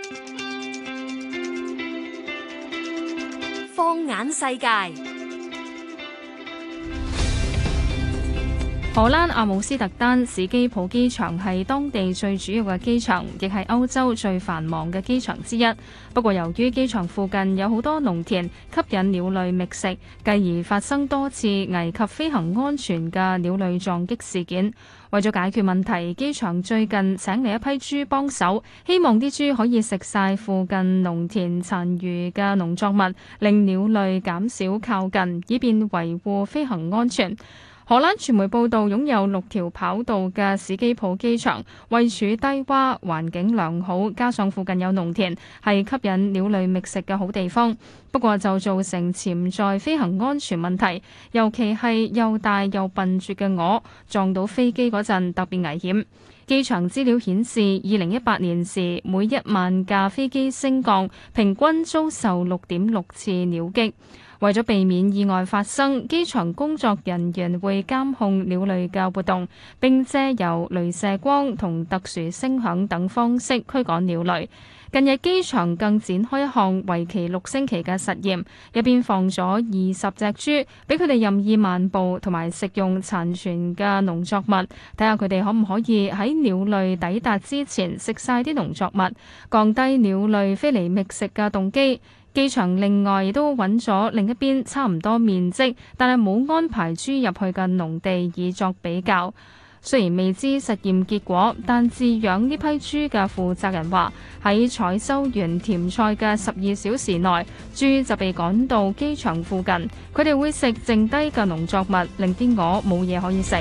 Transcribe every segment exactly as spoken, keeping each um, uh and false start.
放眼世界。 荷蘭阿姆斯特丹史基浦機場係當地最主要嘅機場，亦係歐洲最繁忙嘅機場之一。不過由於機場附近有好多農田，吸引鳥類覓食，繼而發生多次危及飛行安全嘅鳥類撞擊事件。為咗解決問題，機場最近請嚟一批豬幫手，希望啲豬可以食晒附近農田殘餘嘅農作物，令鳥類減少靠近，以便維護飛行安全。荷蘭傳媒報道，擁有六條跑道嘅史基浦機場位處低窪，環境良好，加上附近有農田，係吸引鳥類覓食嘅好地方。不過就造成潛在飛行安全問題，尤其係又大又笨拙嘅鵝撞到飛機嗰陣特別危險。機場資料顯示，二零一八年時每一萬架飛機升降，平均遭受六點六次鳥擊。為咗避免意外發生，機場工作人員會監控鳥類嘅活動，並借由雷射光同特殊聲響等方式驅趕鳥類。近日機場更展開一項為期六星期嘅實驗，入邊放咗二十隻豬，俾佢哋任意漫步同埋食用殘存嘅農作物，睇下佢哋可唔可以喺鳥類抵達之前食晒啲農作物，降低鳥類飛嚟覓食嘅動機。機場另外亦都揾咗另一邊差唔多面積，但係冇安排豬入去嘅農地以作比較。雖然未知實驗結果，但飼養呢批豬嘅負責人話，喺採收完甜菜嘅十二小時內，豬就被趕到機場附近，佢哋會食剩低嘅農作物，令啲鵝冇嘢可以食。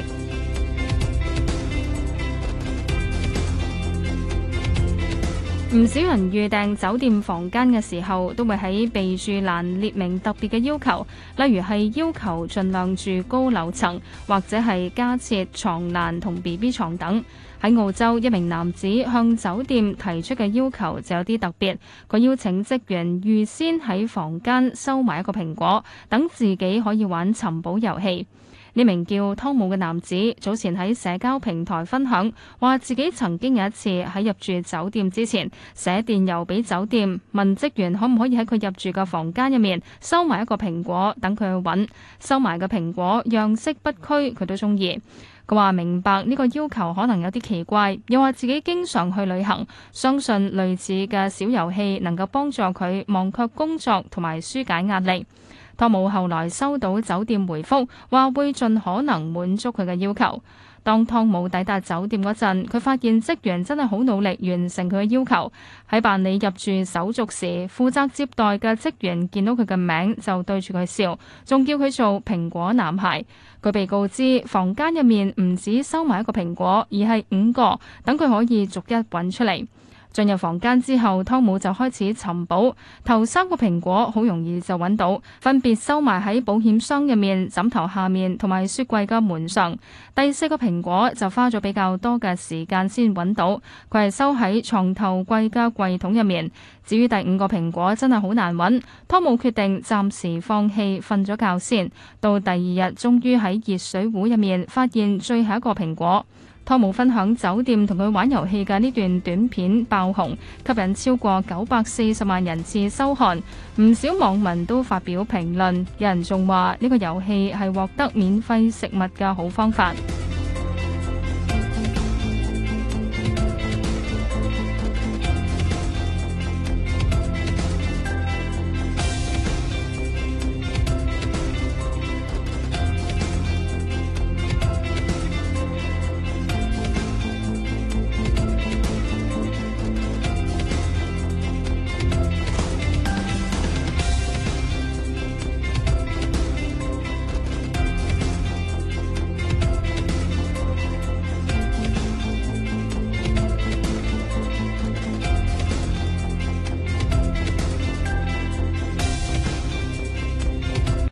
唔少人預訂酒店房間嘅時候，都會喺備註欄列明特別嘅要求，例如係要求盡量住高樓層，或者係加設床欄同 B B 床等。喺澳洲，一名男子向酒店提出嘅要求就有啲特別，佢邀請職員預先喺房間收埋一個蘋果，等自己可以玩尋寶遊戲。呢名叫湯姆嘅男子早前喺社交平台分享，話自己曾經有一次喺入住酒店之前寫電郵俾酒店，問職員可唔可以喺佢入住嘅房間入面收埋一個蘋果，等佢去揾。收埋嘅蘋果樣式不拘，佢都中意。佢話明白呢個要求可能有啲奇怪，又話自己經常去旅行，相信類似嘅小遊戲能夠幫助佢忘卻工作同埋紓解壓力。湯姆後來收到酒店回覆，話會盡可能滿足佢嘅要求。當湯姆抵達酒店嗰陣，佢發現職員真係好努力完成佢嘅要求。喺辦理入住手續時，負責接待嘅職員見到佢嘅名就對住佢笑，仲叫佢做蘋果男孩。佢被告知房間入面唔止收埋一個蘋果，而係五個，等佢可以逐一揾出嚟。進入房間之後，湯姆就開始尋寶。頭三個蘋果好容易就揾到，分別收埋喺保險箱入面、枕頭下面同埋雪櫃嘅門上。第四個蘋果就花咗比較多嘅時間先揾到，佢係收喺床頭櫃嘅櫃桶入面。至於第五個蘋果真係好難揾，湯姆決定暫時放棄，瞓咗覺先。到第二日，終於喺熱水壺入面發現最後一個蘋果。湯姆分享酒店同佢玩遊戲嘅呢段短片爆紅，吸引超過九百四十萬人次收看，唔少網民都發表評論，有人仲話呢個遊戲係獲得免費食物嘅好方法。